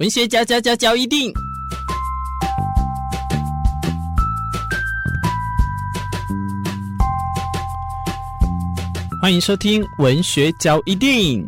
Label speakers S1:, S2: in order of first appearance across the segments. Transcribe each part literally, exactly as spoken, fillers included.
S1: 文学交交交交一定，欢迎收听文学交一定。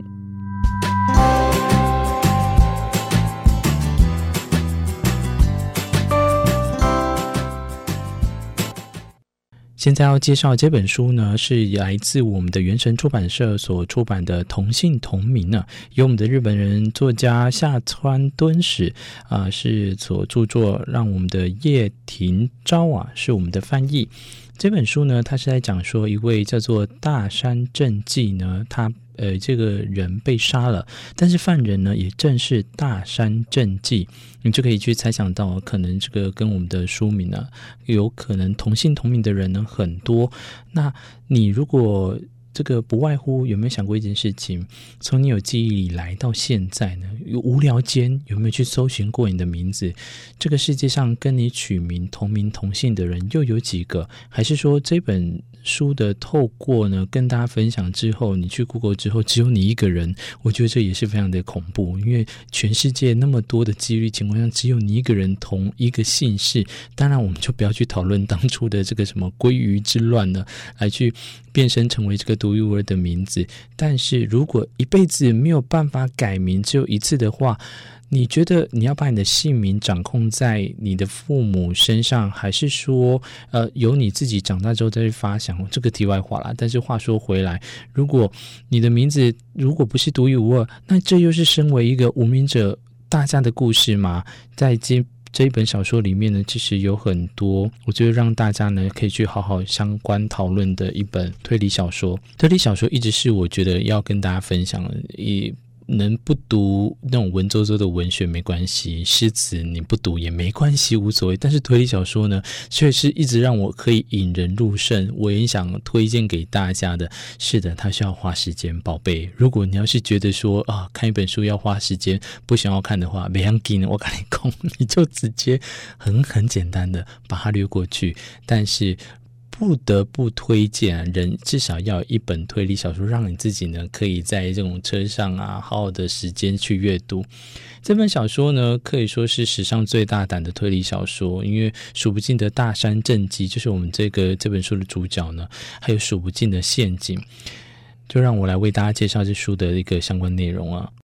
S1: 现在要介绍这本书呢，是来自我们的原神出版社所出版的同姓同名呢，由我们的日本人作家下川敦史啊、呃、是所著作，让我们的叶廷昭啊是我们的翻译。这本书呢，它是在讲说一位叫做大山正纪呢，他呃这个人被杀了，但是犯人呢也正是大山正纪，你就可以去猜想到，可能这个跟我们的书名呢，有可能同姓同名的人呢很多。那你如果这个不外乎有没有想过一件事情，从你有记忆以来到现在呢，有无聊间有没有去搜寻过你的名字？这个世界上跟你取名同名同姓的人又有几个？还是说这本书的透过呢跟大家分享之后，你去 Google 之后只有你一个人？我觉得这也是非常的恐怖，因为全世界那么多的几率情况下，只有你一个人同一个姓氏。当然我们就不要去讨论当初的这个什么鲑鱼之乱呢，来去变身成为这个独一无二的名字。但是如果一辈子没有办法改名，只有一次的话，你觉得你要把你的姓名掌控在你的父母身上，还是说呃，由你自己长大之后再去发想？这个题外话啦。但是话说回来，如果你的名字如果不是独一无二，那这又是身为一个无名者大家的故事吗？在这这一本小说里面呢，其实有很多我觉得让大家呢可以去好好相关讨论的一本推理小说。推理小说一直是我觉得要跟大家分享的，也能不读那种文绉绉的文学没关系，诗词你不读也没关系，无所谓。但是推理小说呢，却是一直让我可以引人入胜，我也想推荐给大家的。是的，它需要花时间，宝贝。如果你要是觉得说啊，看一本书要花时间，不想要看的话，没要紧，我跟你讲，你就直接很很简单的把它略过去。但是不得不推荐人至少要有一本推理小说，让你自己呢可以在这种车上啊好好的时间去阅读。这本小说呢可以说是史上最大胆的推理小说，因为数不尽的大山正纪就是我们这个这本书的主角呢，还有数不尽的陷阱。就让我来为大家介绍这书的一个相关内容啊。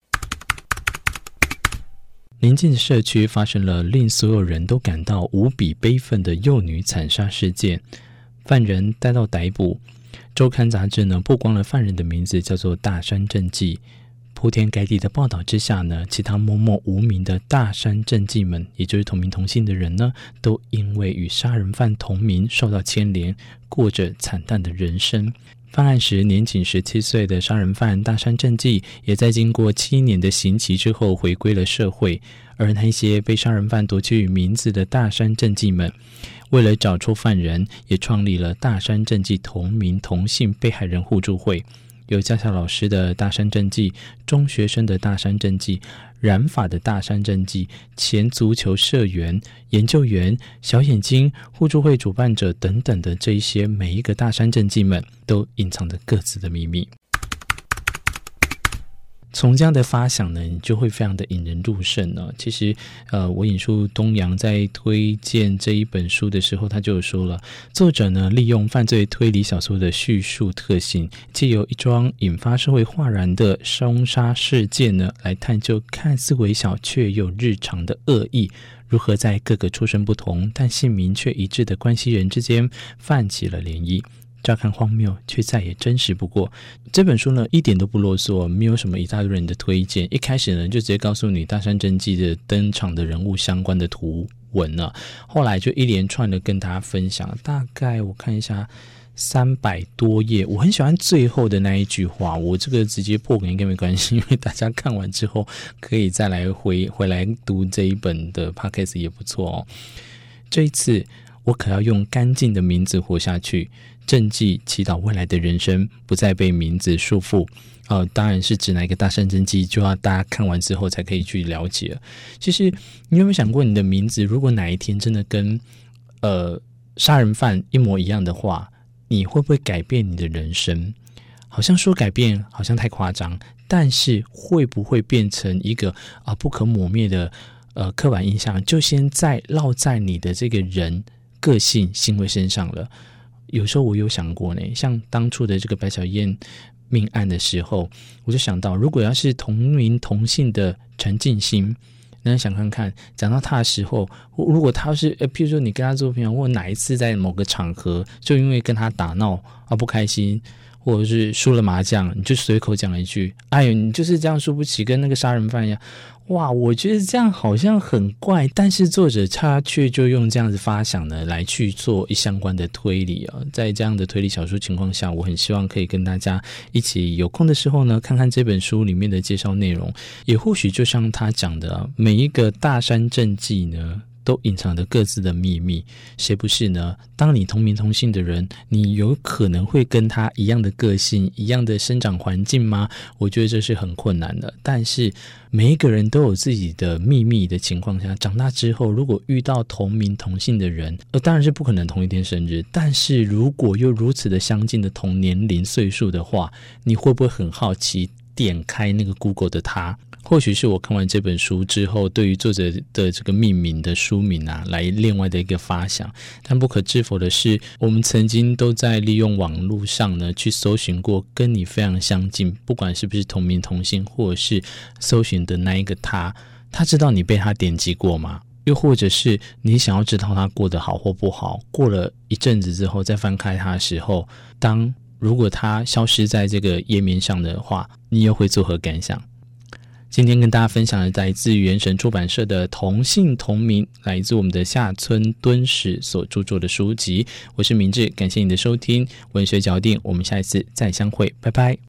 S1: 临近社区发生了令所有人都感到无比悲愤的幼女惨杀事件，犯人待到逮捕。周刊杂志呢曝光了犯人的名字，叫做大山正纪。铺天盖地的报道之下呢，其他默默无名的大山正纪们，也就是同名同姓的人呢，都因为与杀人犯同名受到牵连，过着惨淡的人生。犯案时年仅十七岁的杀人犯大山正纪，也在经过七年的刑期之后回归了社会。而那些被杀人犯夺取名字的大山正纪们，为了找出犯人，也创立了大山正纪同名同姓被害人互助会。有驾校老师的大山正纪，中学生的大山正纪，染发的大山正纪，前足球社员、研究员、小眼睛、互助会主办者等等的这一些每一个大山正纪们，都隐藏着各自的秘密。从这样的发想呢，你就会非常的引人入胜呢。其实呃，我引述东阳在推荐这一本书的时候，他就有说了，作者呢利用犯罪推理小说的叙述特性，藉由一桩引发社会哗然的凶杀事件呢，来探究看似微小却又日常的恶意，如何在各个出身不同但姓名却一致的关系人之间泛起了涟漪。乍看荒谬，却再也真实不过。这本书呢，一点都不啰嗦，没有什么一大堆人的推荐。一开始呢，就直接告诉你大山正纪的登场的人物相关的图文啊，后来就一连串的跟大家分享，大概我看一下三百多页。我很喜欢最后的那一句话，我这个直接破梗应该没关系，因为大家看完之后可以再来回回来读这一本的 podcast 也不错哦。这一次我可要用干净的名字活下去。正纪祈祷未来的人生不再被名字束缚。呃，当然是指哪一个大山正纪，就要大家看完之后才可以去了解了。其实你有没有想过，你的名字如果哪一天真的跟呃杀人犯一模一样的话，你会不会改变你的人生？好像说改变好像太夸张， 但是会不会变成一个啊不可磨灭的呃刻板印象，就先在烙在你的这个人个性行为身上了。有时候我有想过呢，像当初的这个白小燕命案的时候，我就想到，如果要是同名同姓的陈进兴，那想看看讲到他的时候，如果他是呃，譬如说你跟他做朋友，或哪一次在某个场合就因为跟他打闹而不开心，或者是输了麻将，你就随口讲了一句，哎呦你就是这样输不起，跟那个杀人犯一样。哇，我觉得这样好像很怪，但是作者他却就用这样子发想呢来去做相关的推理啊。在这样的推理小说情况下，我很希望可以跟大家一起有空的时候呢，看看这本书里面的介绍内容，也或许就像他讲的、啊、每一个大山政绩呢都隐藏着各自的秘密，谁不是呢？当你同名同姓的人，你有可能会跟他一样的个性，一样的生长环境吗？我觉得这是很困难的。但是每一个人都有自己的秘密的情况下，长大之后如果遇到同名同姓的人，呃，当然是不可能同一天生日，但是如果又如此的相近的同年龄岁数的话，你会不会很好奇点开那个 Google 的他？或许是我看完这本书之后，对于作者的这个命名的书名啊，来另外的一个发想。但不可置否的是，我们曾经都在利用网络上呢，去搜寻过跟你非常相近，不管是不是同名同姓，或者是搜寻的那一个他，他知道你被他点击过吗？又或者是你想要知道他过得好或不好，过了一阵子之后再翻开他的时候，当如果他消失在这个页面上的话，你又会作何感想？今天跟大家分享的来自于原神出版社的同姓同名，来自我们的下村敦史所著作的书籍。我是明志，感谢你的收听，文学脚定，我们下一次再相会，拜拜。